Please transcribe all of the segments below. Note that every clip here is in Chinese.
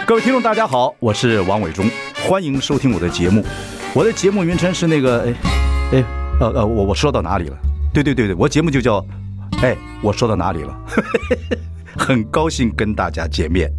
各位听众大家好，我是王伟忠，欢迎收听我的节目。我的节目名称是那个我说到哪里了？对，我节目就叫我说到哪里了？很高兴跟大家见面。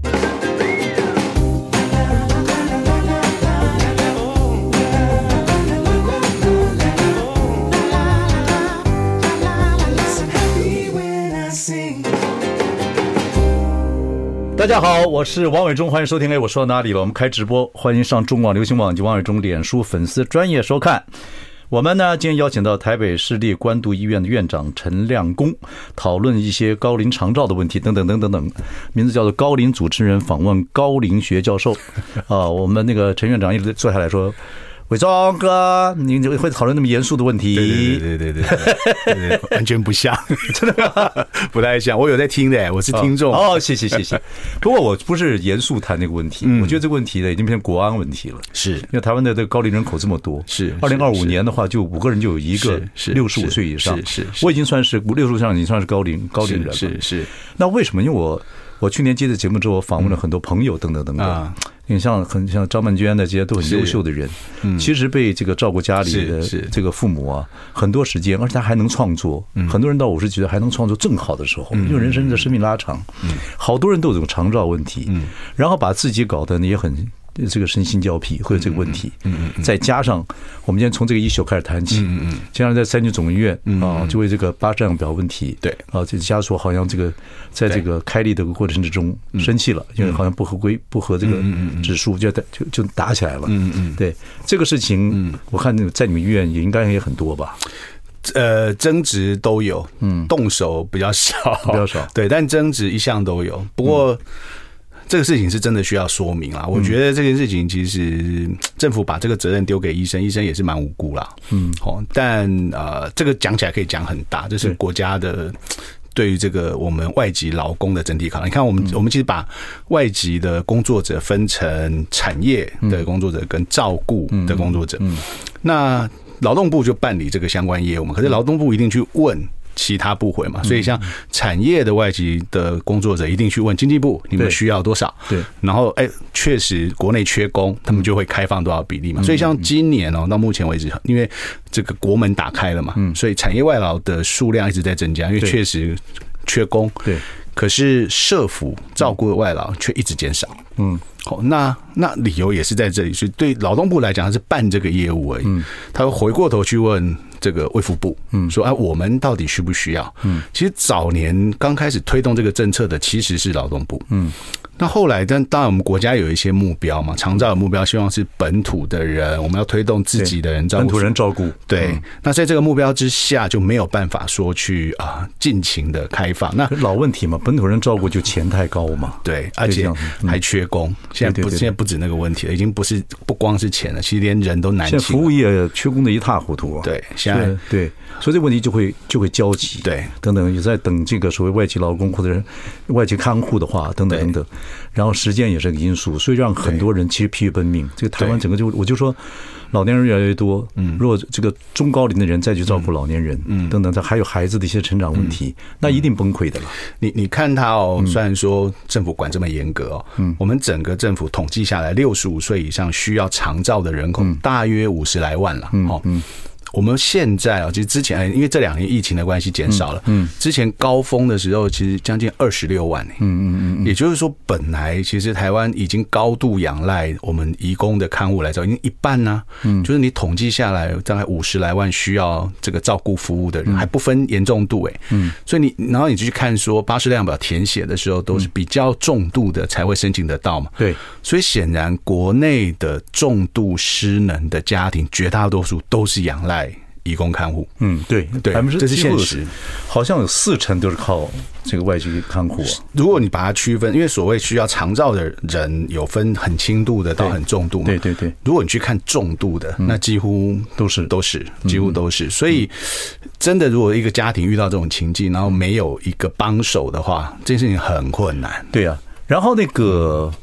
大家好，我是王伟忠，欢迎收听。我说到哪里了？我们开直播，欢迎上中广流行网及王伟忠脸书粉丝专页收看。我们呢，今天邀请到台北市立关渡医院的院长陈亮恭，讨论一些高龄长照的问题，等等，名字叫做高龄主持人访问高龄学教授。我们那个陈院长一直坐下来说，伟忠哥，你会讨论那么严肃的问题？ 对，完全不像，真的不太像。我有在听的，我是听众。 谢谢。不过我不是严肃谈那个问题，我觉得这个问题呢已经变成国安问题了。是因为台湾的这个高龄人口这么多，是2025年的话，就5个人就有一个65岁以上。是，我已经算是65岁以上，已经算是高龄人了。是。那为什么？因为我去年接着节目之后，我访问了很多朋友，等等。因为像张曼娟的这些都很优秀的人，其实被这个照顾家里的这个父母啊，很多时间，而且他还能创作。很多人到50几岁还能创作正好的时候，因为人生的生命拉长，好多人都有这种长照问题，然后把自己搞得也很这个身心交癖，会有这个问题。再加上我们今天从这个1休开始谈起，经常在三军总医院就为这个巴氏量表问题，对这家属好像这个在这个开立的过程之中生气了，因为好像不合这个指数，就打起来了。对这个事情，我看在你们医院也应该也很多吧。 争执都有，动手比较少，对，但争执一向都有。不过这个事情是真的需要说明啦。我觉得这件事情其实政府把这个责任丢给医生，医生也是蛮无辜啦。但这个讲起来可以讲很大，这是国家的对于这个我们外籍劳工的整体考量。你看我们其实把外籍的工作者分成产业的工作者跟照顾的工作者。那劳动部就办理这个相关业务嘛，可是劳动部一定去问其他部会嘛，所以像产业的外籍的工作者一定去问经济部，你们需要多少？对，然后确实国内缺工，他们就会开放多少比例嘛。所以像今年到目前为止，因为这个国门打开了嘛，所以产业外劳的数量一直在增加，因为确实缺工。对，可是社福照顾的外劳却一直减少。那理由也是在这里，所以对劳动部来讲，他是办这个业务而已。他会回过头去问这个卫福部，说我们到底需不需要？其实早年刚开始推动这个政策的其实是劳动部。那后来，当然我们国家有一些目标嘛，长照的目标希望是本土的人，我们要推动自己的人照顾， 本土人照顾。对， 那在这个目标之下，就没有办法说去尽情的开放。那老问题嘛，本土人照顾就钱太高嘛， 对，而且还缺工。现在不止那个问题了，已经不光是钱了，其实连人都难请。 现在服务业缺工的一塌糊涂啊。 对，现在对，所以这个问题就会焦急。对，等等，也在等这个所谓外籍劳工或者外籍看护的话，等等。然后时间也是个因素，所以让很多人其实疲于奔命。这个台湾整个我就说，老年人越来越多。如果这个中高龄的人再去照顾老年人，等等，还有孩子的一些成长问题，那一定崩溃的了。 你看他虽然说政府管这么严格我们整个政府统计下来，65岁以上需要长照的人口大约50来万了。我们现在其实之前因为这2年疫情的关系减少了，之前高峰的时候其实将近26万。也就是说，本来其实台湾已经高度仰赖我们移工的看护来照，已经一半呢。就是你统计下来，大概50来万需要这个照顾服务的人，还不分严重度。所以然后你就去看说，巴氏量表填写的时候都是比较重度的才会申请得到嘛。对，所以显然国内的重度失能的家庭，绝大多数都是仰赖移工看护。 对， 这是现实。 好像有40%都是靠这个外籍看护。 如果你把它区分，因为所谓需要长照的人有分很轻度的到很重度嘛。对。如果你去看重度的，那几乎都是，几乎都是。所以真的，如果一个家庭遇到这种情境，然后没有一个帮手的话，这件事情很困难。 对啊。然后那个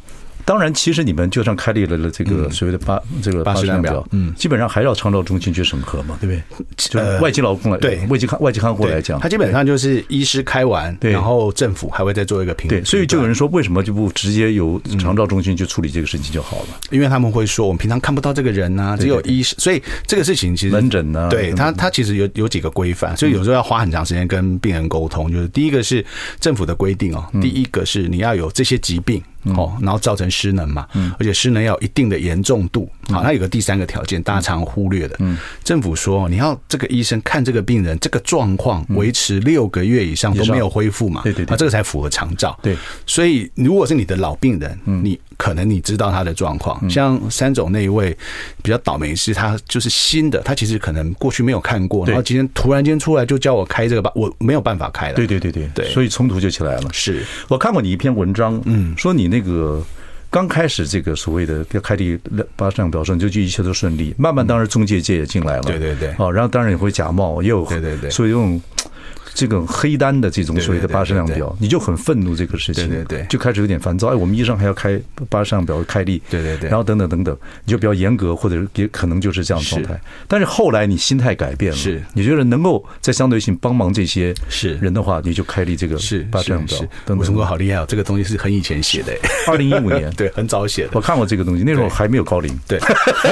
当然，其实你们就算开立了这个所谓的巴氏量表，基本上还要长照中心去审核嘛，对不对？就是外籍劳工来，对外籍看护来讲， 他基本上就是医师开完，然后政府还会再做一个评估。 对，所以就有人说，为什么就不直接由长照中心去处理这个事情就好了？ 因为他们会说，我们平常看不到这个人啊，只有医师，所以这个事情其实门诊呢， 对他其实有几个规范，所以有时候要花很长时间跟病人沟通。就是第一个是政府的规定哦，第一个是你要有这些疾病。然后造成失能嘛，而且失能要有一定的严重度。好，那有个第三个条件，大家常忽略的，政府说你要这个医生看这个病人这个状况维持6个月以上都没有恢复嘛， 对， 这个才符合长照。 对， 所以如果是你的老病人，你可能你知道他的状况，像三种那一位比较倒霉是他就是新的，他其实可能过去没有看过，然后今天突然间出来就叫我开这个吧，我没有办法开了。 对，所以冲突就起来了。 是我看过你一篇文章，说你那个刚开始这个所谓的要开立巴氏量表，你就一切都顺利，慢慢当然中介界也进来了， 对， 然后当然也会假冒，也有对， 所以用这种黑单的这种所谓的巴氏量表，你就很愤怒这个事情， 对， 就开始有点烦躁。我们医生还要开巴氏量表开立， 对， 然后等等，你就比较严格，或者也可能就是这样的状态。但是后来你心态改变了， 是你觉得能够在相对性帮忙这些人的话，你就开立这个巴氏量表。 吴松哥好厉害哦，这个东西是很以前写的 ，2015年， 对，很早写的。 我看过这个东西，那时候还没有高龄， 对。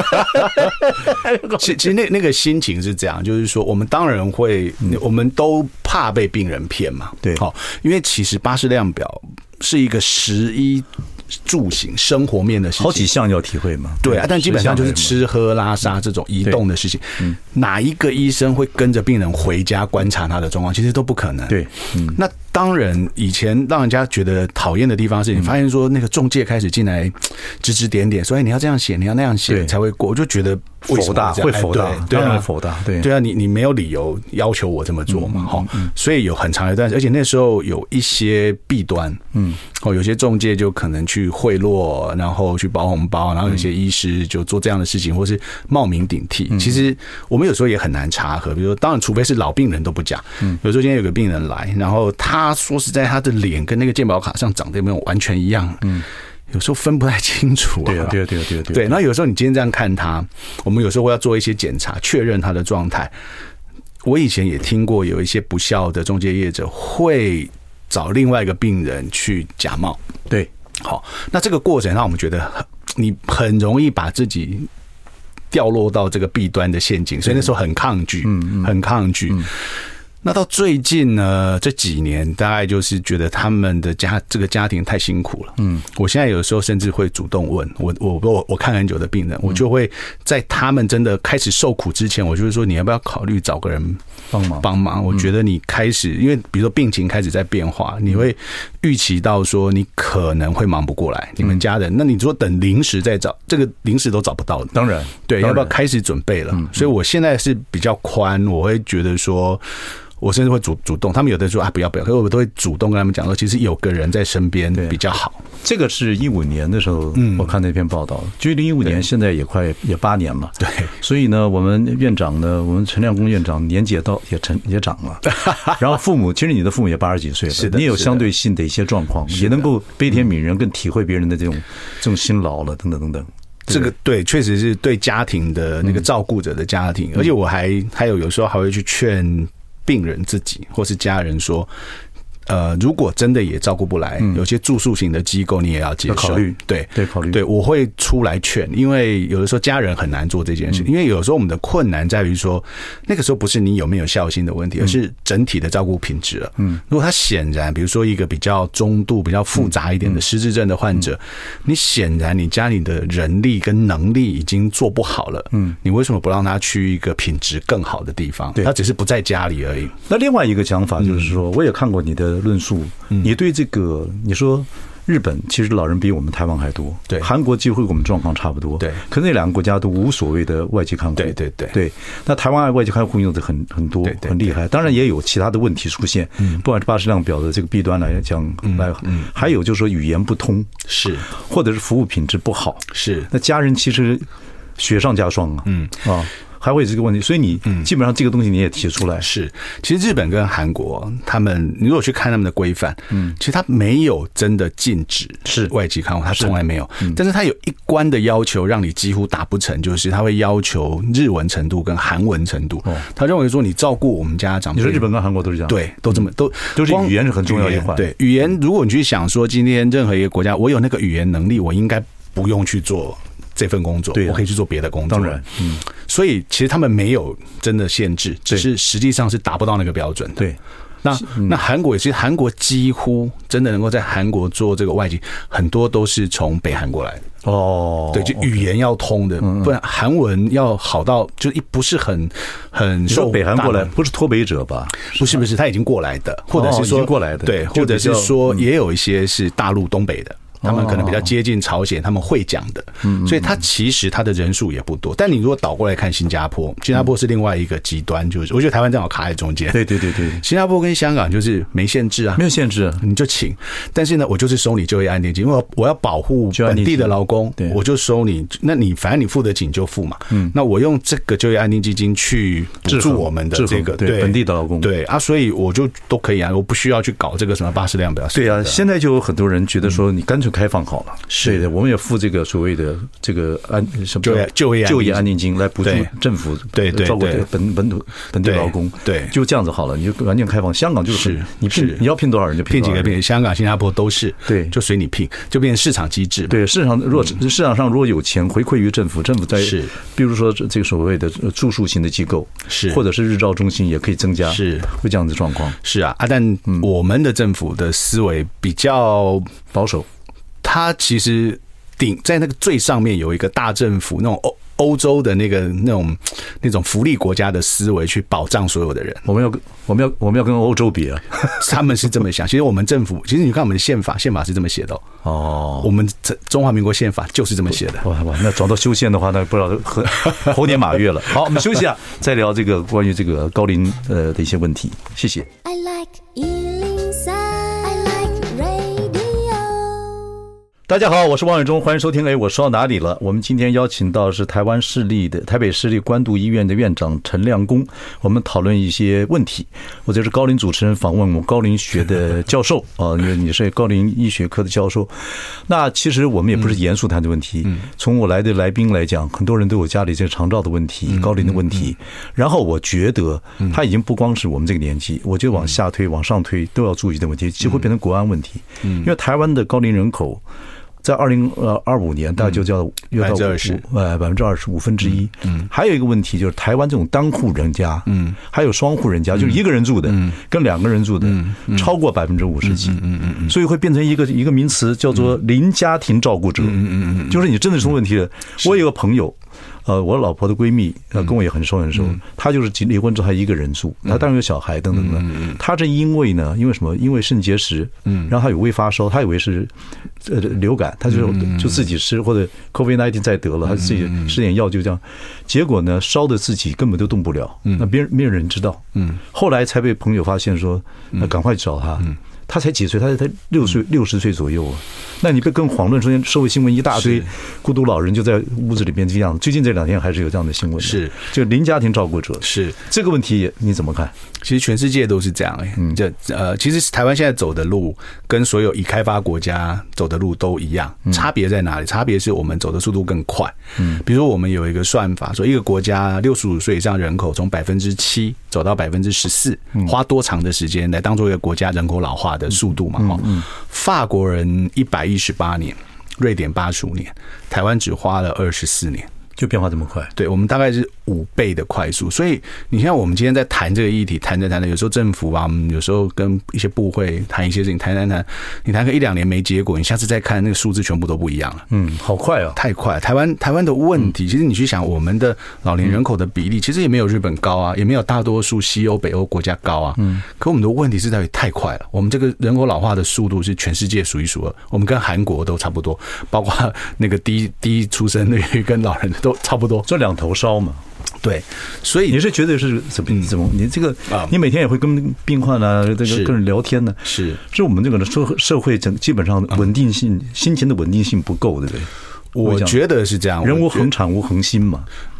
其实那个心情是这样，就是说我们当然会，我们都怕被病人骗嘛， 对， 好，因为其实巴氏量表是一个食住行生活面的事情， 好几项要体会嘛， 对啊，但基本上就是吃喝拉撒这种移动的事情，哪一个医生会跟着病人回家观察他的状况？其实都不可能。 对， 那当然以前让人家觉得讨厌的地方是你发现说那个中介开始进来指指点点，所以你要这样写，你要那样写才会过，我就觉得否大会否大， 对啊， 否大，对啊，你没有理由要求我这么做嘛，哈，所以有很长一段，而且那时候有一些弊端，有些中介就可能去贿赂，然后去包红包，然后有些医师就做这样的事情，或是冒名顶替。其实我们有时候也很难查核，比如说，当然除非是老病人都不讲，有时候今天有个病人来，然后他说实在他的脸跟那个健保卡上长得有没有完全一样，有时候分不太清楚啊。对，那有时候你今天这样看他，我们有时候要做一些检查，确认他的状态。我以前也听过有一些不肖的中介业者会找另外一个病人去假冒。 对， 好，那这个过程让我们觉得你很容易把自己掉落到这个弊端的陷阱，所以那时候很抗拒，很抗拒。那到最近呢，这几年大概就是觉得他们的这个家庭太辛苦了。我现在有时候甚至会主动问我看很久的病人，我就会在他们真的开始受苦之前，我就会说你要不要考虑找个人帮忙？我觉得你开始，因为比如说病情开始在变化，你会预期到说你可能会忙不过来，你们家人，那你说等临时再找，这个临时都找不到的。 当然， 对，要不要开始准备了？所以我现在是比较宽，我会觉得说。我甚至会主动，他们有的说不要，可是我都会主动跟他们讲说，其实有个人在身边比较好。 这个是2015年的时候，我看那篇报道，距离2015年现在也8年了。 对， 所以呢，我们院长呢，我们陈亮公院长年纪也长了，然后父母，其实你的父母也80几岁了，你也有相对性的一些状况，也能够悲天悯人，更体会别人的这种辛劳了，等等等等。 这个对，确实是对家庭的那个照顾者的家庭，而且我还有时候还会去劝病人自己或是家人说，如果真的也照顾不来，有些住宿型的机构你也要接受， 考虑， 对， 考虑， 对，我会出来劝，因为有的时候家人很难做这件事，因为有时候我们的困难在于说，那个时候不是你有没有孝心的问题，而是整体的照顾品质了。如果他显然，比如说一个比较中度、比较复杂一点的失智症的患者，你显然你家里的人力跟能力已经做不好了，你为什么不让他去一个品质更好的地方？他只是不在家里而已。 那另外一个讲法就是说，我也看过你的论述，你对这个你说日本其实老人比我们台湾还多， 对， 韩国几乎跟我们状况差不多， 对， 可是那两个国家都无所谓的外籍看护，对，那台湾外籍看护用的很多，很厉害，当然也有其他的问题出现，不管是巴氏量表的这个弊端来讲，还有就是说语言不通， 是，或者是服务品质不好， 是， 那家人其实雪上加霜啊， 还会有这个问题，所以你基本上这个东西你也提出来。 是，其实日本跟韩国他们，你如果去看他们的规范，其实他没有真的禁止是外籍看护，他从来没有。但是他有一关的要求，让你几乎达不成，就是他会要求日文程度跟韩文程度。他认为说你照顾我们家长辈， 你说日本跟韩国都是这样， 对，都这么就是语言是很重要一环。 对，语言，如果你去想说今天任何一个国家，我有那个语言能力，我应该不用去做这份工作，我可以去做别的工作。 当然， 所以其实他们没有真的限制，只是实际上是达不到那个标准的。 对。 那韩国也是，韩国几乎真的能够在韩国做这个外籍，很多都是从北韩过来的。 哦， 对，就语言要通的，不然韩文要好到就不是很受。 北韩过来不是脱北者吧？ 不是，他已经过来的，或者是说过来的， 对，或者是说也有一些是大陆东北的。他们可能比较接近朝鲜，他们会讲的，所以他其实他的人数也不多。但你如果倒过来看新加坡，新加坡是另外一个极端，就是我觉得台湾正好卡在中间。 对， 新加坡跟香港就是没限制啊， 没有限制， 你就请。但是呢，我就是收你就业安定金，因为我要保护本地的劳工，我就收你。那你反正你付得起你就付嘛。那我用这个就业安定基金去补助我们的这个对本地的劳工， 对啊，所以我就都可以啊，我不需要去搞这个什么80量表。 对啊，现在就有很多人觉得说，你干脆开放好了。是的，我们也付这个所谓的这个就业安定金来补助政府照顾本地劳工， 对， 就这样子好了，你就完全开放。香港就是你要聘多少人就聘多少人， 聘几个聘，香港、新加坡都是， 对， 就随你聘，就变成市场机制。 对，市场上如果有钱回馈于政府在比如说这个所谓的住宿型的机构， 是或者是日照中心也可以增加， 是会这样子状况。 是啊，但我们的政府的思维比较保守。 他其实在那个最上面有一个大政府那种欧洲的那种福利国家的思维去保障所有的人。 我们要跟欧洲比啊， 他们是这么想。其实我们政府，其实你看我们的宪法是这么写的哦。我们中华民国宪法就是这么写的。 哇，那找到修宪的话，那不知道猴年马月了。好，我们休息啊，再聊这个关于这个高龄的一些问题。谢谢。I like 大家好，我是王伟忠，欢迎收听。我说到哪里了？我们今天邀请到是台北市立关渡医院的院长陈亮恭，我们讨论一些问题。我这是高龄主持人访问我们高龄学的教授啊，因为你是高龄医学科的教授。那其实我们也不是严肃谈的问题。从我来的来宾来讲，很多人都有家里这个长照的问题、高龄的问题。然后我觉得他已经不光是我们这个年纪，我觉得往下推、往上推都要注意的问题，几乎变成国安问题。因为台湾的高龄人口在2025年大概就要到1/25%。还有一个问题就是台湾这种单户人家，还有双户人家，就是一个人住的跟2个人住的，超过50%几，所以会变成一个名词叫做零家庭照顾者。就是你真的出问题了。我有个朋友。我老婆的闺蜜跟我也很熟，她就是离婚之后还一个人住，她当然有小孩等等的。她是因为什么？因为肾结石，然后她有微发烧，她以为是流感，她就自己吃，或者 COVID-19 再得了，她自己吃点药就这样，结果呢烧的自己根本都动不了，那没有人知道，后来才被朋友发现说，赶快去找她。他才几岁？他才60岁左右啊！那你被更遑论，昨天社会新闻一大堆，孤独老人就在屋子里边这样。最近这2天还是有这样的新闻， 是就零家庭照顾者， 是这个问题你怎么看？ 其实全世界都是这样其实台湾现在走的路跟所有已开发国家走的路都一样，差别在哪里？差别是我们走的速度更快。比如说我们有一个算法，说一个国家65岁以上人口从7%走到14%，花多长的时间来当做一个国家人口老化的速度嘛？法国人118年，瑞典85年，台湾只花了24年。 就变化这么快？ 对，我们大概是5倍的快速。所以你看，我们今天在谈这个议题，谈着，有时候政府啊，我们有时候跟一些部会谈一些事情，谈，你谈个1-2年没结果，你下次再看那个数字全部都不一样了。 好快啊， 太快了。台湾的问题，其实你去想，我们的老龄人口的比例，其实也没有日本高啊，也没有大多数西欧、北欧国家高啊。可我们的问题是在于太快了，我们这个人口老化的速度是全世界数一数二，我们跟韩国都差不多，包括那个低出生率跟老人都差不多， 这2头烧嘛。 对，所以你是觉得是怎么？你这个你每天也会跟病患啊，这个跟人聊天呢？是我们这个社会基本上稳定性，心情的稳定性不够，对不对？ 我觉得是这样， 人无恒产无恒心嘛。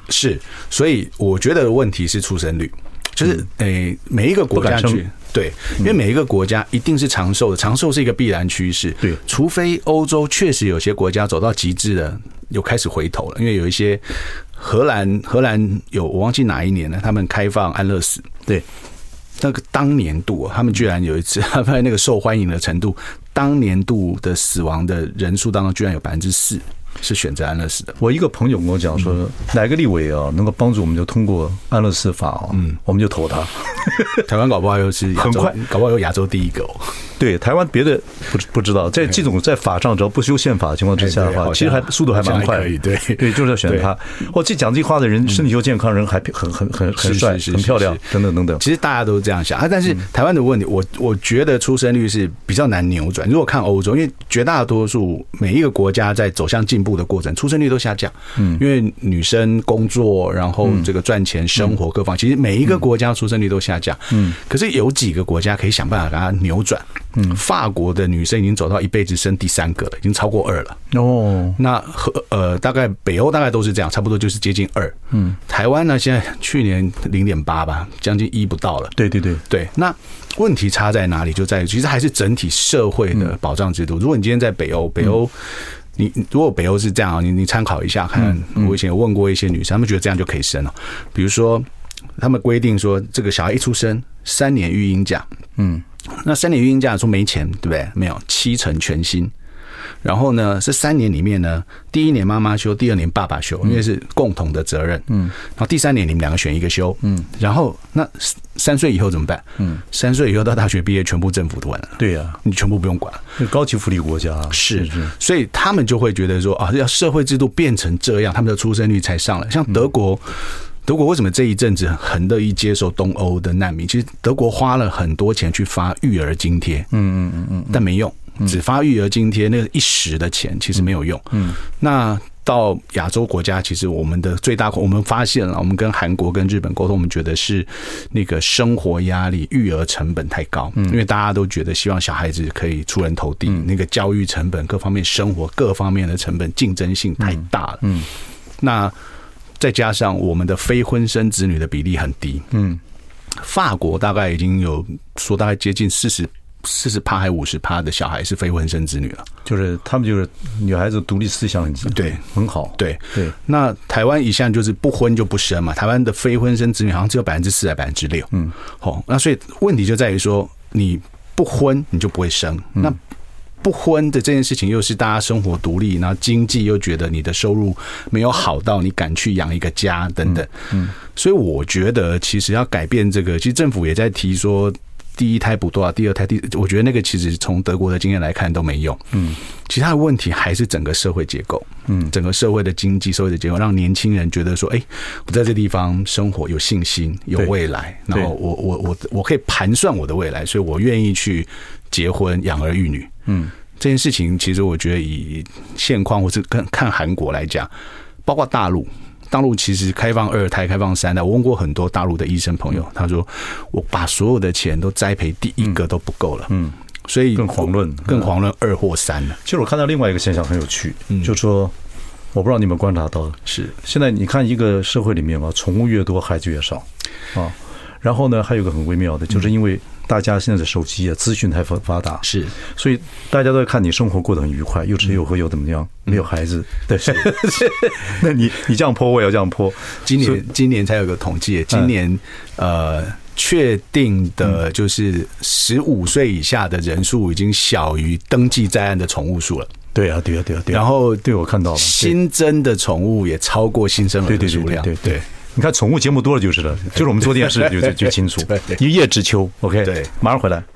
是，所以我觉得问题是出生率，就是每一个国家去。对，因为每一个国家一定是长寿的，长寿是一个必然趋势。 对， 除非欧洲确实有些国家走到极致了，又开始回头了。因为有一些荷兰有我忘记哪一年了，他们开放安乐死。 对， 那个当年度他们居然有一次，他们那个受欢迎的程度，当年度的死亡的人数当中，居然有4%。是选择安乐死的。 我一个朋友跟我讲说，哪个立委啊能够帮助我们就通过安乐死法啊，我们就投他。 台湾搞不好又是很快，搞不好有亚洲第一个哦。 对，台湾别的不知道，在这种在法上只要不修宪法的情况之下的话，其实速度还蛮快。对，就是要选他。或这讲这句话的人，身体又健康，人还很帅、很漂亮，等等等等。 其实大家都这样想啊，但是台湾的问题，我觉得出生率是比较难扭转。如果看欧洲，因为绝大多数每一个国家在走向进步的过程，出生率都下降。因为女生工作，然后这个赚钱、生活各方，其实每一个国家出生率都下降。可是有几个国家可以想办法把它扭转。法国的女生已经走到一辈子生第3个了，已经超过2了。哦，那大概北欧大概都是这样，差不多就是接近2。台湾呢，现在去年0.8吧，将近1不到了。对，那问题差在哪里？就在于其实还是整体社会的保障制度。如果你今天在北欧，你如果北欧是这样，你参考一下看。我以前有问过一些女生，她们觉得这样就可以生了。比如说，他们规定说，这个小孩一出生3年育婴假。那3年育婴假说没钱，对不对？没有，7成全薪。然后呢，这3年里面呢，第1年妈妈休，第2年爸爸休，因为是共同的责任。然后第3年你们2个选一个休。然后那3岁以后怎么办？3岁以后到大学毕业，全部政府管了。 对啊， 你全部不用管。 高级福利国家是，所以他们就会觉得说啊，要社会制度变成这样，他们的出生率才上来。像德国为什么这一阵子很乐意接受东欧的难民？其实德国花了很多钱去发育儿津贴，但没用，只发育儿津贴，那个一时的钱其实没有用。那到亚洲国家，其实我们的最大，我们发现了，我们跟韩国跟日本沟通，我们觉得是那个生活压力、育儿成本太高，因为大家都觉得希望小孩子可以出人头地，那个教育成本、各方面生活各方面的成本竞争性太大了。那再加上我们的非婚生子女的比例很低，法国大概已经有说大概接近40%还50%的小孩是非婚生子女了， 就是他们就是女孩子独立思想对很好， 对。那台湾一向就是不婚就不生嘛，台湾的非婚生子女好像只有4%还6%，那所以问题就在于说你不婚你就不会生，那不婚的这件事情又是大家生活独立，然后经济又觉得你的收入没有好到你敢去养一个家等等，所以我觉得其实要改变这个，其实政府也在提说第1胎补多少，第2胎我觉得那个其实从德国的经验来看都没用。其他的问题还是整个社会结构，整个社会的经济社会的结构，让年轻人觉得说，我在这地方生活有信心有未来，然后我可以盘算我的未来，所以我愿意去结婚养儿育女。这件事情其实我觉得以现况或是看韩国来讲，包括大陆其实开放2胎、开放3胎，我问过很多大陆的医生朋友，他说我把所有的钱都栽培第1个都不够了，所以更遑论 2或3了。 其实我看到另外一个现象很有趣，就是说我不知道你们观察到的是， 现在你看一个社会里面啊，宠物越多孩子越少啊。然后呢，还有一个很微妙的，就是因为大家现在的手机啊，资讯太发达， 是， 所以大家都在看你生活过得很愉快，又吃又喝又怎么样，没有孩子，对，那你这样泼，我也要这样泼。 今年才有个统计，今年确定的就是15岁以下的人数已经小于登记在案的宠物数了。 对啊。 然后对我看到了， 新增的宠物也超过新生儿的数量。对。 你看宠物节目多了就是了，就是我们做电视就清楚，一叶知秋。OK， 对， 马上回来。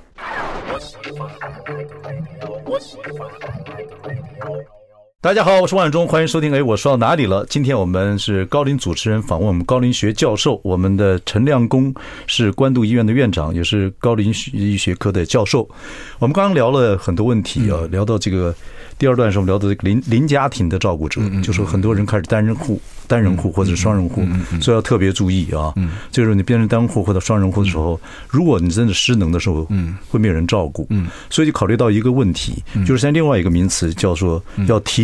大家好，我是万忠，欢迎收听。我说到哪里了？今天我们是高龄主持人访问我们高龄学教授，我们的陈亮恭是关渡医院的院长，也是高龄医学科的教授。我们刚刚聊了很多问题啊，聊到这个第2段时候，我们聊到这个邻家庭的照顾者，就是很多人开始单人户或者是双人户，所以要特别注意啊。就是你变成单人户或者双人户的时候，如果你真的失能的时候，会没有人照顾，所以就考虑到一个问题，就是像另外一个名词叫做要提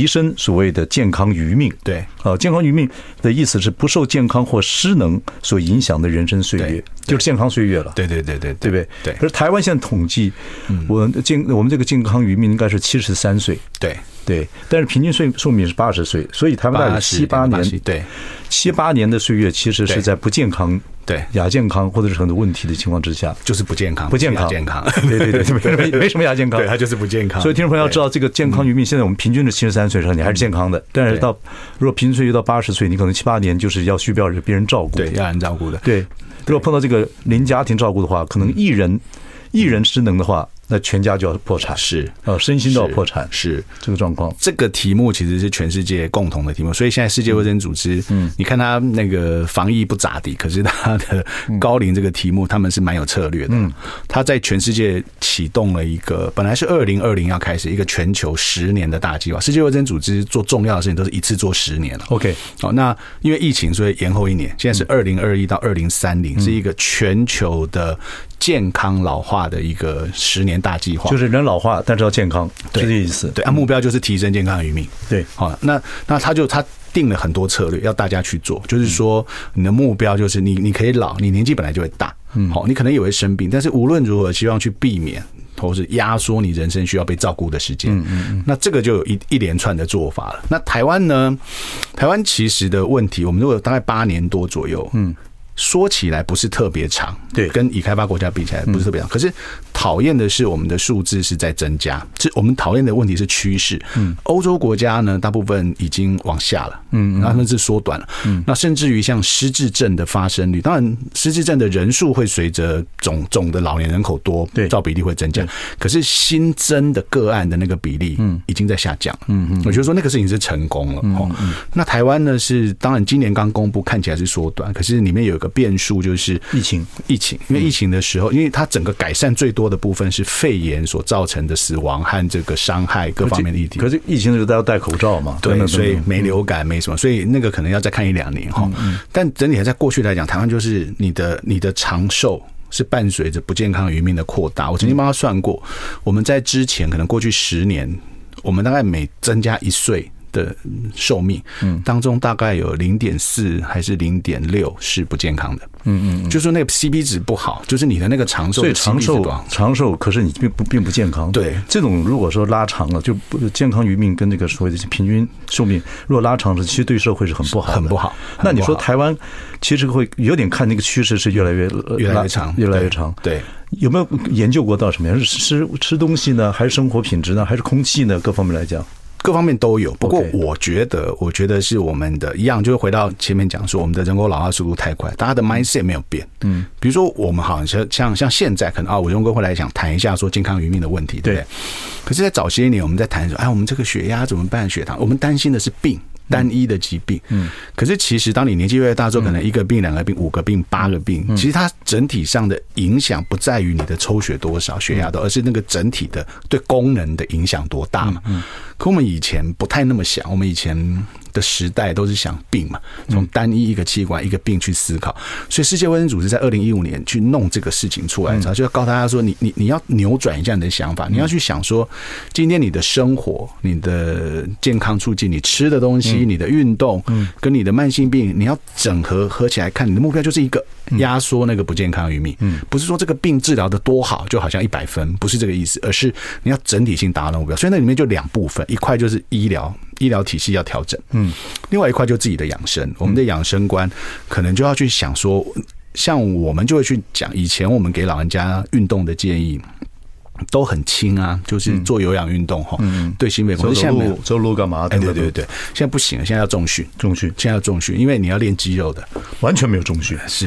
提升所谓的健康余命。 对， 健康余命的意思是不受健康或失能所影响的人生岁月，就是健康岁月了。 对不对？对。 可是台湾现在统计，我们这个健康余命应该是73岁。对，但是平均寿命是80岁，所以台湾大概7-8年， 对 ，7-8年的岁月其实是在不健康、亚健康或者是很多问题的情况之下， 就是不健康， 对，没什么亚健康， 对，它就是不健康。 所以听众朋友要知道，这个健康余命，现在我们平均是73岁的时候，你还是健康的，但是如果平均岁月到80岁，你可能7-8年就是要需要别人照顾， 对，要人照顾的， 对。如果碰到这个零家庭照顾的话，可能一人失能的话，那全家就要破产， 是身心都要破产， 是这个状况。 这个题目其实是全世界共同的题目，所以现在世界卫生组织，你看他那个防疫不咋地，可是他的高龄这个题目，他们是蛮有策略的。他在全世界启动了一个，本来是2020要开始一个全球10年的大计划。世界卫生组织做重要的事情都是一次做10年了。 OK， 那因为疫情，所以延后1年，现在是2021到2030，是一个全球的健康老化的一个10年大计划， 就是人老化，但是要健康，是这意思。 对，目标就是提升健康余命。 对， 好，那他定了很多策略要大家去做，就是说你的目标就是你可以老，你年纪本来就会大，好，你可能也会生病，但是无论如何，希望去避免或是压缩你人生需要被照顾的时间。那这个就有一连串的做法了。那台湾呢？台湾其实的问题，我们如果大概8年多左右，说起来不是特别长， 对， 跟已开发国家比起来不是特别长。可是讨厌的是我们的数字是在增加，我们讨厌的问题是趋势。欧洲国家呢，大部分已经往下了，然后他们是缩短了。那甚至于像失智症的发生率，当然失智症的人数会随着总的老年人口多，照比例会增加。可是新增的个案的那个比例，已经在下降了。我觉得说那个事情是成功了。那台湾呢是，当然今年刚公布，看起来是缩短，可是里面有个变数就是疫情， 因为疫情的时候，因为它整个改善最多的部分是肺炎所造成的死亡和这个伤害各方面的议题。 可是疫情的时候大家要戴口罩嘛， 对，所以没流感没什么，所以那个可能要再看1-2年哈。但整体在过去来讲，台湾就是你的长寿是伴随着不健康余命的扩大。我曾经帮他算过，我们在之前可能过去10年，我们大概每增加1岁的寿命当中，大概有0.4还是0.6是不健康的。就是说那个 CP 值不好，就是你的那个长寿， 所以长寿，可是你并不健康。 对， 这种如果说拉长了，就健康余命跟这个所谓的平均寿命，如果拉长了，其实对社会是很不好的， 很不好。 那你说台湾其实会有点看那个趋势是越来越长。 对， 有没有研究过到什么样？是吃东西呢，还是生活品质呢，还是空气呢？各方面来讲。 各方面都有，不过我觉得是我们的一样，就是回到前面讲说，我们的人口老化速度太快，大家的 mindset 没有变。比如说我们好像现在可能伟忠哥会来谈一下说健康余命的问题，对不对？可是，在早些年我们在谈说，我们这个血压怎么办？血糖，我们担心的是病。单一的疾病，可是其实当你年纪越来越大之后，可能1个病、2个病、5个病、8个病，其实它整体上的影响不在于你的抽血多少、血压多，而是那个整体的对功能的影响多大嘛。可我们以前不太那么想，我们以前的时代都是想病嘛，从单一一个器官、一个病去思考。所以世界卫生组织在2015年去弄这个事情出来，就要告诉大家说，你要扭转一下你的想法，你要去想说，今天你的生活、你的健康促进、你吃的东西、你的运动，跟你的慢性病，你要整合起来看。你的目标就是一个压缩那个不健康余命，不是说这个病治疗的多好，就好像100分，不是这个意思，而是你要整体性达到目标。所以那里面就2部分，一块就是医疗体系要调整，另外一块就自己的养生。我们的养生观可能就要去想说，像我们就会去讲，以前我们给老人家运动的建议都很轻啊，就是做有氧运动对心肺功能。现在走路干嘛？ 对，现在不行了，现在要重训，现在要重训，因为你要练肌肉的， 完全没有重训。 是，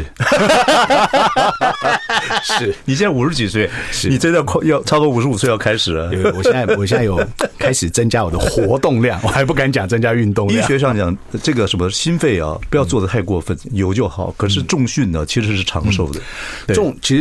你现在50几岁，你真的要超过55岁要开始了。 我现在有开始增加我的活动量，我还不敢讲增加运动量。 医学上讲，这个什么心肺啊，不要做得太过分，有就好。可是重训呢，其实是长寿的。 其实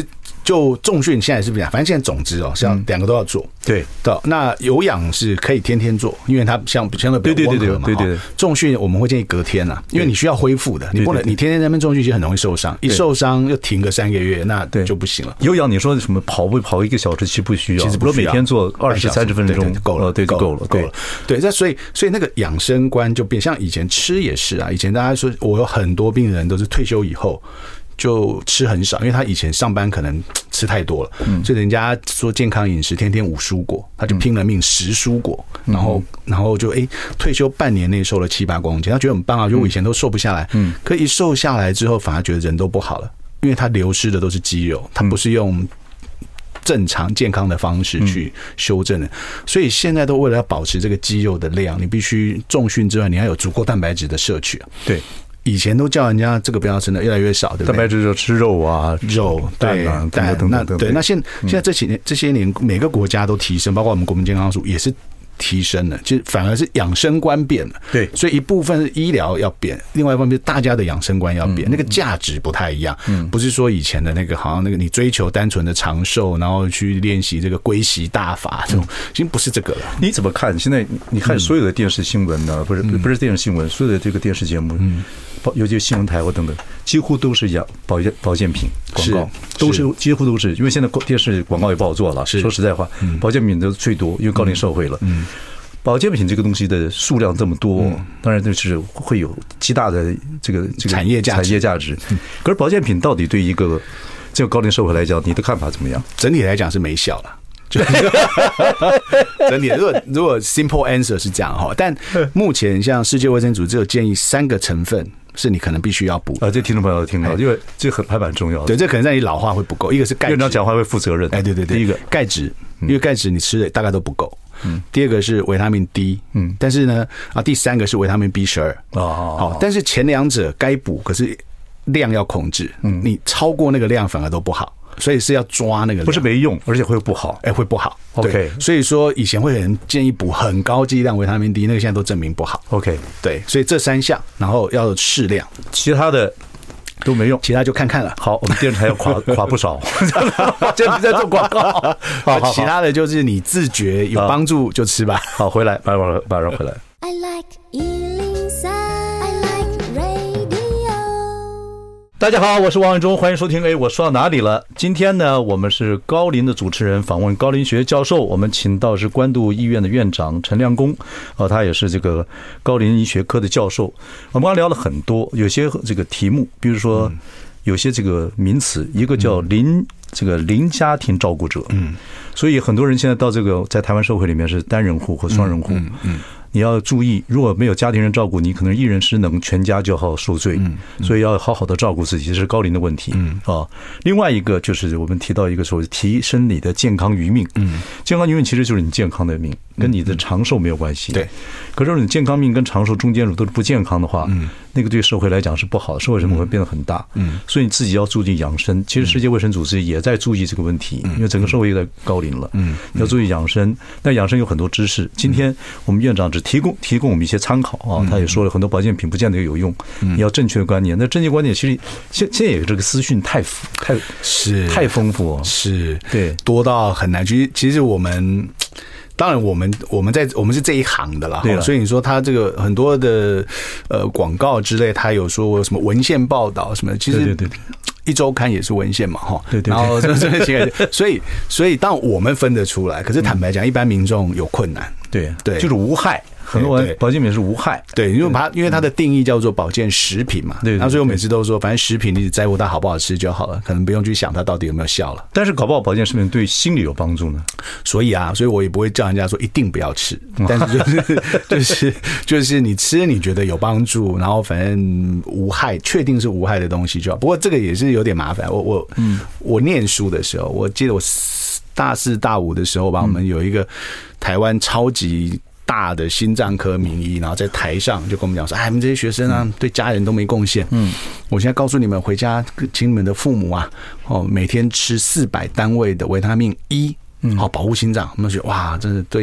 就重训现在是不是？反正现在总之是要2个都要做。 对， 那有氧是可以天天做，因为它相对比较温和嘛。对。重训我们会建议隔天啊，因为你需要恢复的，你不能你天天在那边重训，其实很容易受伤。一受伤又停个3个月，那就不行了。 有氧你说什么跑1个小时，其实不需要，其实不需要，每天做20-30分钟够了， 对，就够了。 对，所以那个养生观就变，像以前吃也是啊，以前大家说我有很多病人都是退休以后就吃很少，因为他以前上班可能吃太多了，所以人家说健康饮食，天天5蔬果，他就拼了命10蔬果，然后就退休半年内瘦了7-8公斤，他觉得很棒啊，就我以前都瘦不下来，可一瘦下来之后，反而觉得人都不好了，因为他流失的都是肌肉，他不是用正常健康的方式去修正的，所以现在都为了要保持这个肌肉的量，你必须重训之外，你要有足够蛋白质的摄取。 对。 以前都叫人家这个不要吃的越来越少，对不对？ 蛋白质就吃肉啊、 蛋啊等等。对，那现在这些年每个国家都提升，包括我们国民健康署也是提升了，就反而是养生观变了。 对， 所以一部分是医疗要变，另外一方面是大家的养生观要变，那个价值不太一样。不是说以前的那个好像那个你追求单纯的长寿，然后去练习这个归习大法这种，已经不是这个了。 你怎么看？现在你看所有的电视新闻呢，不是电视新闻，所有的这个电视节目，尤其是新闻台或等等，几乎都是保健品广告，几乎都是，因为现在电视广告也不好做了。说实在话，保健品都最多，因为高龄社会了。保健品这个东西的数量这么多，当然就是会有极大的这个产业价值。 可是保健品到底对一个这个高龄社会来讲，你的看法怎么样？ 整体来讲是没效了。整体如果 simple answer 是这样哈，但目前像世界卫生组织有建议3个成分是你可能必须要补这听众朋友听到，因为这还蛮重要的。 对，这可能在你老化会不够。一个是钙质， 院长讲话会负责任。 对，第一个钙质，因为钙质你吃的大概都不够。第二个是维他命 D， 但是呢第3个是维他命 B12。好，但是前2者该补，可是量要控制，你超过那个量反而都不好。所以是要抓那个量， 不是没用，而且会不好， 会不好。 OK， 所以说以前会有人建议补很高剂量维他命 D， 那个现在都证明不好。 OK， 对，所以这3项，然后要适量， 其他的都没用， 其他就看看了。 好，我们电视台要垮不少，这在做广告。 好，其他的就是你自觉有帮助就吃吧。 好，回来，马上回来。 I like 103, I like radio。 大家好，我是王伟忠，欢迎收听。我说到哪里了？今天呢，我们是高龄的主持人访问高龄学教授，我们请到是关渡医院的院长陈亮恭，他也是这个高龄医学科的教授。我们刚刚聊了很多，有些这个题目，比如说有些这个名词，一个叫零家庭照顾者，所以很多人现在到这个在台湾社会里面是单人户或双人户，你要注意，如果没有家庭人照顾，你可能一人失能，全家就好受罪。所以要好好的照顾自己，这是高龄的问题。另外一个就是我们提到一个所谓提升你的健康余命。健康余命其实就是你健康的命，跟你的长寿没有关系。 对。 可是你健康命跟长寿中间如果都是不健康的话，那个对社会来讲是不好的，社会成本会变得很大。所以你自己要注意养生。其实世界卫生组织也在注意这个问题，因为整个社会也在高龄了。要注意养生。但养生有很多知识，今天我们院长只提供我们一些参考啊。他也说了很多保健品不见得有用，你要正确的观念。那正确观念其实现在也这个资讯太丰富， 是对多到很难。其实我们。当然，我们是这一行的啦，所以你说他这个很多的广告之类，他有说什么文献报道什么，其实对。 一周刊也是文献嘛，哈， 对， 然后所以当然我们分得出来，可是坦白讲，一般民众有困难， 对，就是无害。很多保健品是无害， 对，因为它的定义叫做保健食品嘛，对，所以我每次都说，反正食品你只在乎它好不好吃就好了，可能不用去想它到底有没有效了。 但是搞不好保健食品对心理有帮助呢， 所以我也不会叫人家说一定不要吃，但是就是你吃你觉得有帮助，然后反正无害，确定是无害的东西就好。不过这个也是有点麻烦，我念书的时候，我记得我大4大5的时候吧，我们有一个台湾超级大的心脏科名医，然后在台上就跟我们讲说：“你们这些学生啊，对家人都没贡献。我现在告诉你们，回家请你们的父母啊，每天吃400单位的维他命E，保护心脏。”我们就觉得哇，真的对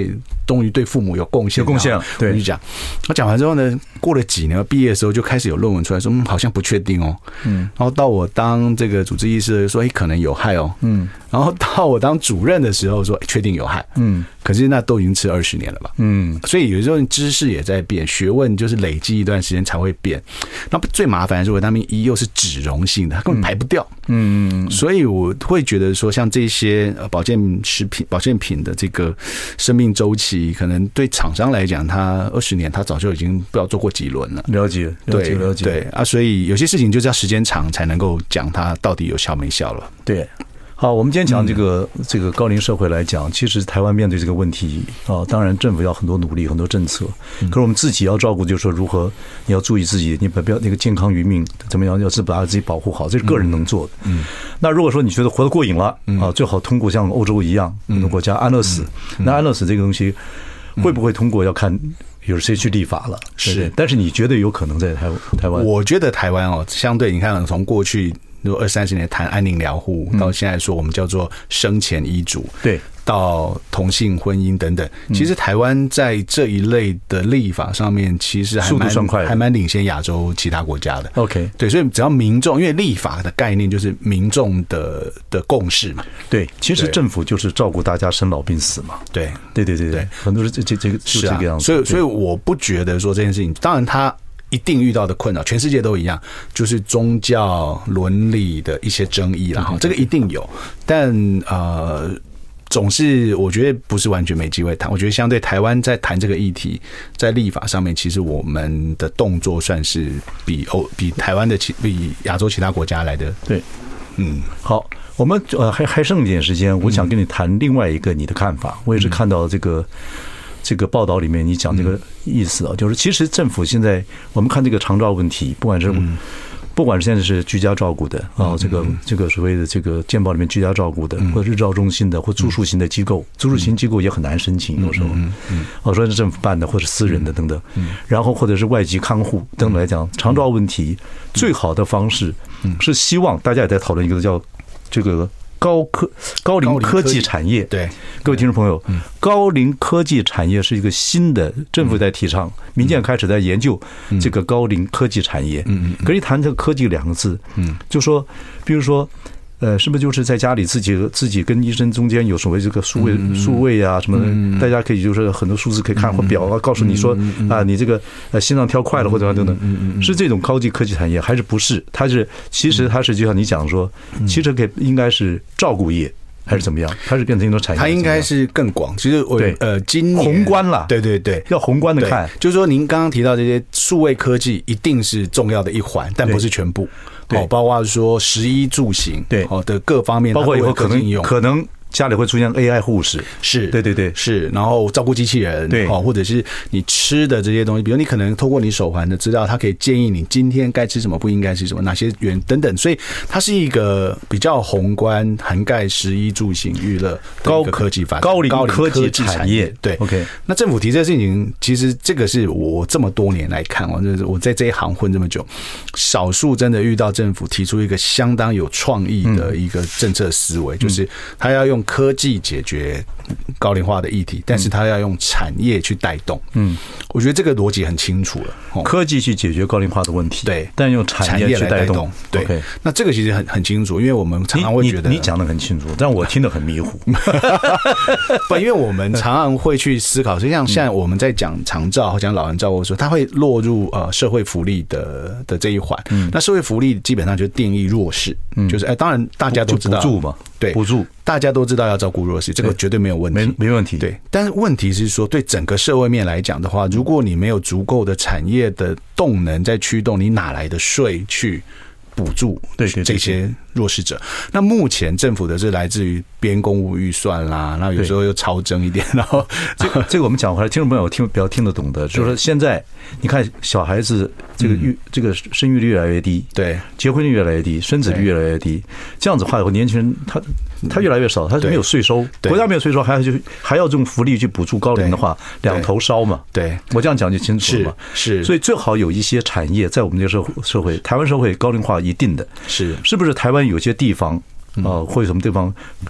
终于对父母有贡献，对，我就讲。他讲完之后呢，过了几年，毕业的时候就开始有论文出来说，好像不确定哦。然后到我当这个主治医师说，可能有害哦。然后到我当主任的时候说，确定有害。可是那都已经吃20年了吧。所以有时候知识也在变，学问就是累积一段时间才会变。那最麻烦的是维他命 E 又是脂溶性的，它根本排不掉。所以我会觉得说，像这些保健品的这个生命周期，可能对厂商来讲，他20年他早就已经不知道做过几轮了。 了解。 对啊，所以有些事情就是要时间长才能够讲它到底有效没效了。 对。好，我们今天讲这个高龄社会来讲，其实台湾面对这个问题啊，当然政府要很多努力，很多政策。可是我们自己要照顾，就是说如何你要注意自己，你不要那个健康于命，怎么样，要把自己保护好，这是个人能做的。那如果说你觉得活得过瘾了啊，最好通过像欧洲一样很多国家安乐死。那安乐死这个东西会不会通过，要看有谁去立法了。是，但是你觉得有可能在台湾？ 我觉得台湾相对你看，从过去如果20-30年谈安宁疗护，到现在说我们叫做生前医嘱， 对， 到同性婚姻等等，其实台湾在这一类的立法上面，其实还蛮领先亚洲其他国家的。 OK， 对，所以只要民众，因为立法的概念就是民众的共识嘛。 对，其实政府就是照顾大家生老病死嘛。 对， 很多是这个就这个样子。 所以我不觉得说这件事情，当然他一定遇到的困扰，全世界都一样，就是宗教伦理的一些争议啦，这个一定有，但总是我觉得不是完全没机会谈。我觉得相对台湾在谈这个议题，在立法上面，其实我们的动作算是比台湾的比亚洲其他国家来的。 对，好，我们还剩一点时间，我想跟你谈另外一个你的看法。我也是看到这个报道里面你讲这个意思啊，就是其实政府现在我们看这个长照问题，不管是现在是居家照顾的啊，这个所谓的这个健保里面居家照顾的，或者日照中心的，或住宿型的机构，住宿型机构也很难申请，有时候说是政府办的或者私人的等等，然后或者是外籍看护等等来讲，长照问题最好的方式是希望大家也在讨论一个叫这个高龄科技产业。 对， 各位听众朋友，高龄科技产业是一个新的，政府在提倡，民间开始在研究这个高龄科技产业。可是一谈这个科技2个字，就说，比如说，是不是就是在家里自己跟医生中间有所谓这个数位啊什么的，大家可以就是很多数字可以看或表啊，告诉你说啊，你这个心脏跳快了或者等等，是这种高级科技产业还是不是？其实它是就像你讲说，其实应该是照顾业。还是怎么样？它是变成一种产业， 它应该是更广。其实今年宏观啦， 对， 要宏观的看。 就是说，您刚刚提到这些数位科技一定是重要的一环，但不是全部。包括说食衣住行的各方面， 包括以后可能家里会出现 AI 护士， 是对是，然后照顾机器人，对，或者是你吃的这些东西，比如你可能透过你手环的资料，它可以建议你今天该吃什么，不应该吃什么，哪些原等等，所以它是一个比较宏观，涵盖食衣住行娱乐高科技发展、 高龄科技产业。 对 ，OK。 那政府提这个事情，其实这个是我这么多年来看，我在这一行混这么久，少数真的遇到政府提出一个相当有创意的一个政策思维，就是他要用科技解决高龄化的议题，但是他要用产业去带动。我觉得这个逻辑很清楚了。 科技去解决高龄化的问题， 对， 但用产业去带动。 对， okay。那这个其实很清楚，因为我们常常会觉得你讲得很清楚，但我听得很迷糊。 不，因为我们常常会去思考，就像现在我们在讲长照、讲老人照顾的时候，它会落入社会福利的这一环。那社会福利基本上就定义弱势，就是当然大家都知道补助嘛，对，补助大家都知道要照顾弱势，这个绝对没有问题， 没问题。 对，但是问题是说，对整个社会面来讲的话，如果你没有足够的产业的动能在驱动，你哪来的税去补助这些弱势者？那目前政府的是来自于编公务预算啦，然后有时候又超增一点，然后这个我们讲回来，听众朋友比较听得懂的，就是说现在你看小孩子这个生育率越来越低， 对， 结婚率越来越低，生子率越来越低，这样子的话，以后年轻人他越来越少，他是没有税收，国家没有税收，还要用福利去补助高龄的话，两头烧嘛。对，我这样讲就清楚了嘛。是，所以最好有一些产业在我们这个社会，台湾社会高龄化一定的是不是？台湾有些地方或者什么地方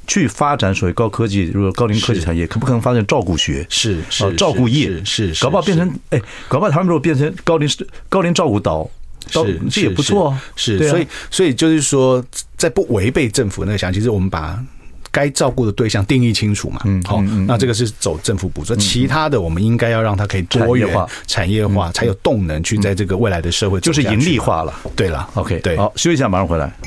去发展所谓高科技，如果高龄科技产业，可不可能发展照顾学？ 是照顾业是， 搞不好变成搞不好他们如果变成高龄照顾岛。这也不错啊， 是，所以就是说，在不违背政府那个想，其实我们把该照顾的对象定义清楚嘛，好，那这个是走政府补助，其他的我们应该要让它可以多元产业化，才有动能去在这个未来的社会就是盈利化了。 对了 ，OK， 对， 好，休息一下，马上回来。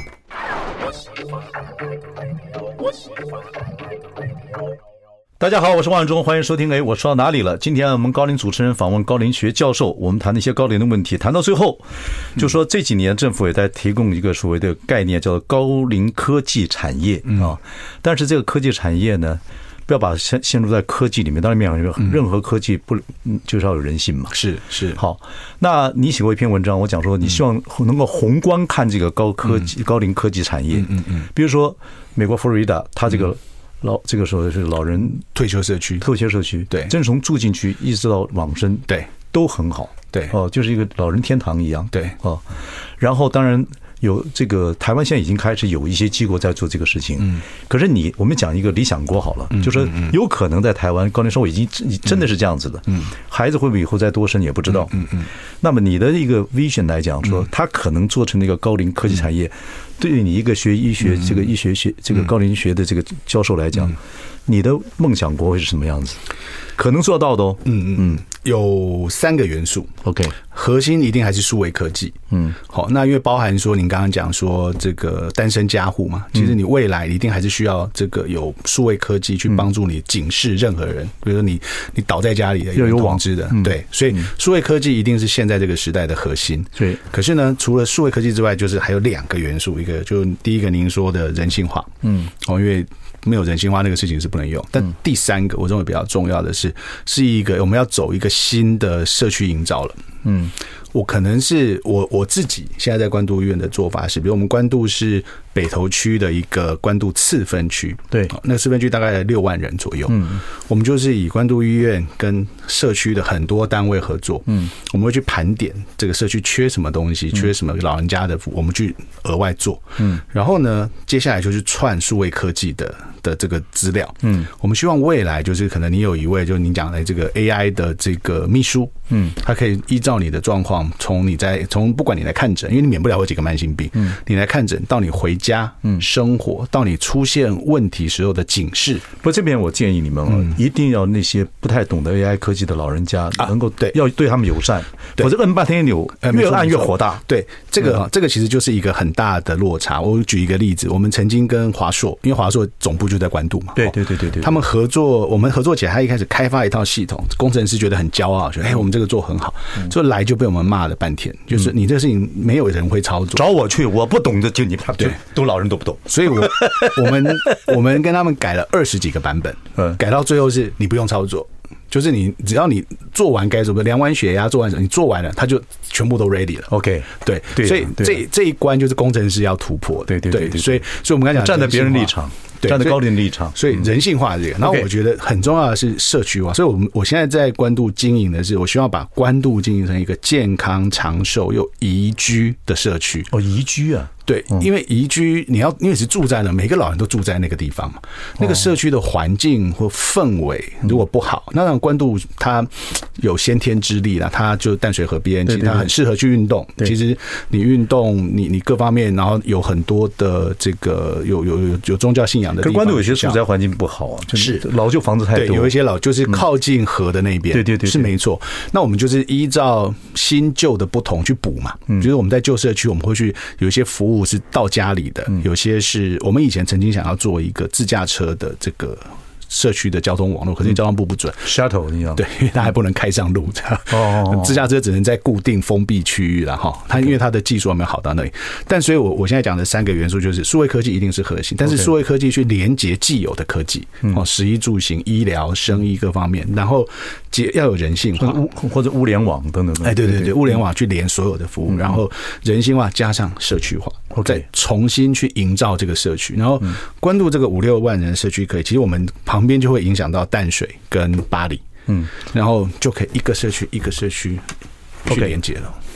大家好，我是王永忠，欢迎收听。我说到哪里了？今天我们高龄主持人访问高龄学教授，我们谈一些高龄的问题，谈到最后，就说这几年政府也在提供一个所谓的概念，叫做高龄科技产业啊。但是这个科技产业呢，不要把陷入在科技里面，当然没有任何科技不就是要有人性嘛。 是。 好，那你写过一篇文章，我讲说你希望能够宏观看这个高龄科技产业，比如说美国佛罗里达，它这个时候是老人退休社区， 对，真从住进去一直到往生， 对，都很好， 对，就是一个老人天堂一样， 对， 然后当然有这个台湾现在已经开始有一些机构在做这个事情，可是我们讲一个理想国好了，就说有可能在台湾高龄生活已经真的是这样子的，孩子会不会以后再多生也不知道，那么你的一个 vision 来讲说，他可能做成那个高龄科技产业。对于你一个学医学这个这个高龄学的这个教授来讲，你的梦想国会是什么样子？可能做到的哦。 有3个元素。 OK， 核心一定还是数位科技。好，那因为包含说您刚刚讲说这个单身家户嘛，其实你未来一定还是需要这个有数位科技去帮助你警示任何人，比如说你倒在家里的有网知的，对，所以数位科技一定是现在这个时代的核心。 对， 可是呢，除了数位科技之外，就是还有2个元素，一个就第一个您说的人性化，因为没有人性化那个事情是不能用。但第3个我认为比较重要的是一个我们要走一个新的社区营造了。我可能是我自己现在在关渡医院的做法是，比如我们关渡是北投区的一个关渡次分区， 对， 那个次分区大概6万人左右。我们就是以关渡医院跟社区的很多单位合作，我们会去盘点这个社区缺什么东西，缺什么老人家的服务，我们去额外做。然后呢，接下来就是串数位科技的这个资料。我们希望未来就是可能你有一位就是您讲的这个 AI 的这个秘书，他可以依照你的状况，从不管你来看诊，因为你免不了会几个慢性病，你来看诊到你回家生活，到你出现问题时候的警示。 不过这边我建议你们一定要那些不太懂得 AI 科技的老人家能够要对他们友善，否则摁半天扭，越按越火大。 对，这个其实就是一个很大的落差。我举一个例子，我们曾经跟华硕，因为华硕总部就在关渡嘛， 对， 他们我们合作起来，他一开始开发一套系统，工程师觉得很骄傲，说我们这个做很好，就来就被我们骂了半天，就是你这个事情没有人会操作， 找我去，我不懂的就你怕，对，都老人都不懂， 所以我们跟他们改了20几个版本，改到最后是你不用操作。就是你只要你做完该做的，量完血压做完什么，你做完了，它就全部都 ready 了。 OK， 对，所以这一关就是工程师要突破的。对，所以我们刚才讲站在别人立场，站在高龄立场， 所以人性化这个。然后我觉得很重要的是社区化，所以我现在在关渡经营的是，我希望把关渡经营成一个健康长寿又宜居的社区。 宜居啊。 对，因为宜居因为是住在那，每个老人都住在那个地方嘛，那个社区的环境或氛围如果不好，那让关渡它有先天之力啦，它就淡水河边，其实它很适合去运动。其实你运动，你各方面，然后有很多的这个有宗教信仰的地方。可关渡有些住宅环境不好啊，就是老旧房子太多， 对，有一些就是靠近河的那边， 对， 是没错。那我们就是依照新旧的不同去补嘛，就是我们在旧社区，我们会去有一些服务是到家里的，有些是我们以前曾经想要做一个自驾车的这个社区的交通网络，可是交通部不准 shuttle 一样， 对，因为它还不能开上路，自驾车只能在固定封闭区域了哈。它因为它的技术还没有好到那里，但所以我现在讲的3个元素就是数位科技一定是核心，但是数位科技去连接既有的科技，食衣住行、医疗、生意各方面，然后要有人性化， 或者物联网等等。 对，物联网去连所有的服务，然后人性化加上社区化，再重新去营造这个社区，然后关渡这个5-6万人的社区可以，其实我们旁边就会影响到淡水跟八里，然后就可以一个社区一个社区去连接了。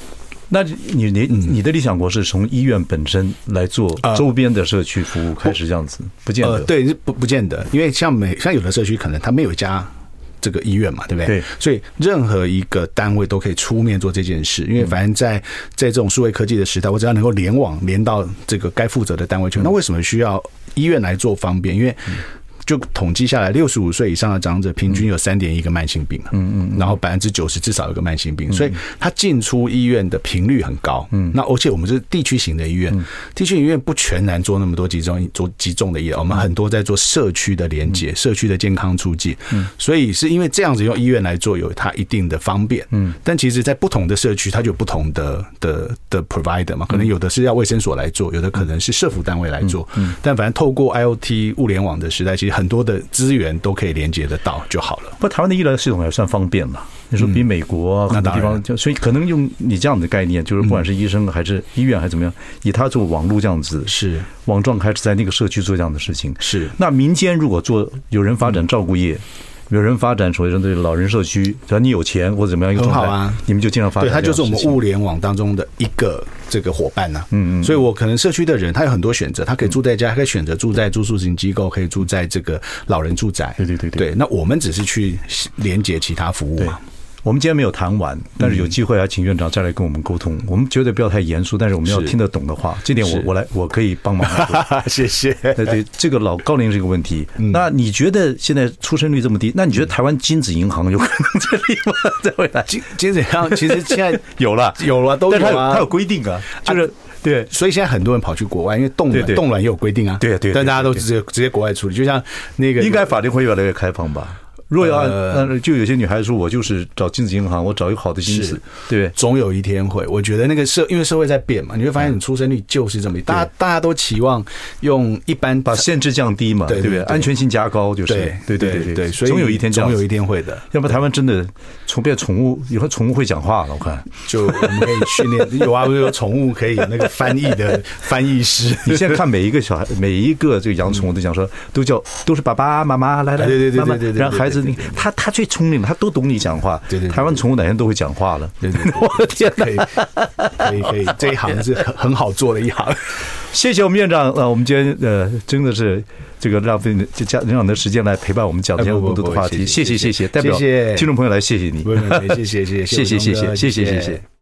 那你的理想国是从医院本身来做周边的社区服务开始这样子，不见得。 对，不见得，因为像有的社区可能它没有一家这个医院嘛，对不对？对，所以任何一个单位都可以出面做这件事，因为反正在这种数位科技的时代，我只要能够联网连到这个该负责的单位去，那为什么需要医院来做方便？因为就统计下来，65岁以上的长者平均有3.1个慢性病，然后90%至少有个慢性病，所以他进出医院的频率很高。那而且我们是地区型的医院，地区医院不全然做那么多集中的医疗，我们很多在做社区的连结、社区的健康促进，所以是因为这样子用医院来做有它一定的方便。但其实在不同的社区，它就有不同的 provider 嘛，可能有的是要卫生所来做，有的可能是社福单位来做，但反正透过 IoT 物联网的时代，其实很多的资源都可以连接得到就好了。 不过台湾的医疗系统还算方便了，你说比美国很多地方，所以可能用你这样的概念，就是不管是医生还是医院还是怎么样，以他做网络这样子，是网状开始在那个社区做这样的事情。是那民间如果有人发展照顾业。有人发展所谓的老人社区，只要你有钱或者怎么样一个状态，很好啊，你们就经常发展。 对，它就是我们物联网当中的一个这个伙伴呐。所以我可能社区的人他有很多选择，他可以住在家，他可以选择住在住宿型机构，可以住在这个老人住宅。对，那我们只是去连接其他服务嘛。 我们今天没有谈完，但是有机会请院长再来跟我们沟通。我们绝对不要太严肃，但是我们要听得懂的话，这点我可以帮忙。 谢谢。 对，这个高龄是一个问题。那你觉得现在出生率这么低，那你觉得台湾金子银行有可能成立吗？在未来， 金子银行其实现在有了， 都有啊， 它有规定啊，就是。对， 所以现在很多人跑去国外，因为冻卵也有规定啊。对，但大家都直接国外处理，就像那个应该法律会越来越开放吧。若要就有些女孩子说，我就是找金子银行，我找一个好的金子，对不对？ 总有一天会。我觉得那个因为社会在变嘛，你会发现你出生率就是这么低，大家都期望用一般把限制降低嘛，对不对？安全性加高就是，对，所以总有一天会的。要不台湾真的变宠物，以后宠物会讲话了，我看就我们可以训练有啊，有宠物可以那个翻译的翻译师。 你现在看每一个小孩，每一个这个养宠物的讲说，都是爸爸妈妈来， 对， 让孩子。他最聪明了，他都懂你讲话。对，台湾宠物哪天都会讲话了。对， 我的天哪！可以，这一行是很好做的一行。 谢谢我们院长，我们今天真的是这个浪费你的时间来陪伴我们讲这么多的话题，谢谢，代表听众朋友来谢谢你， 谢谢。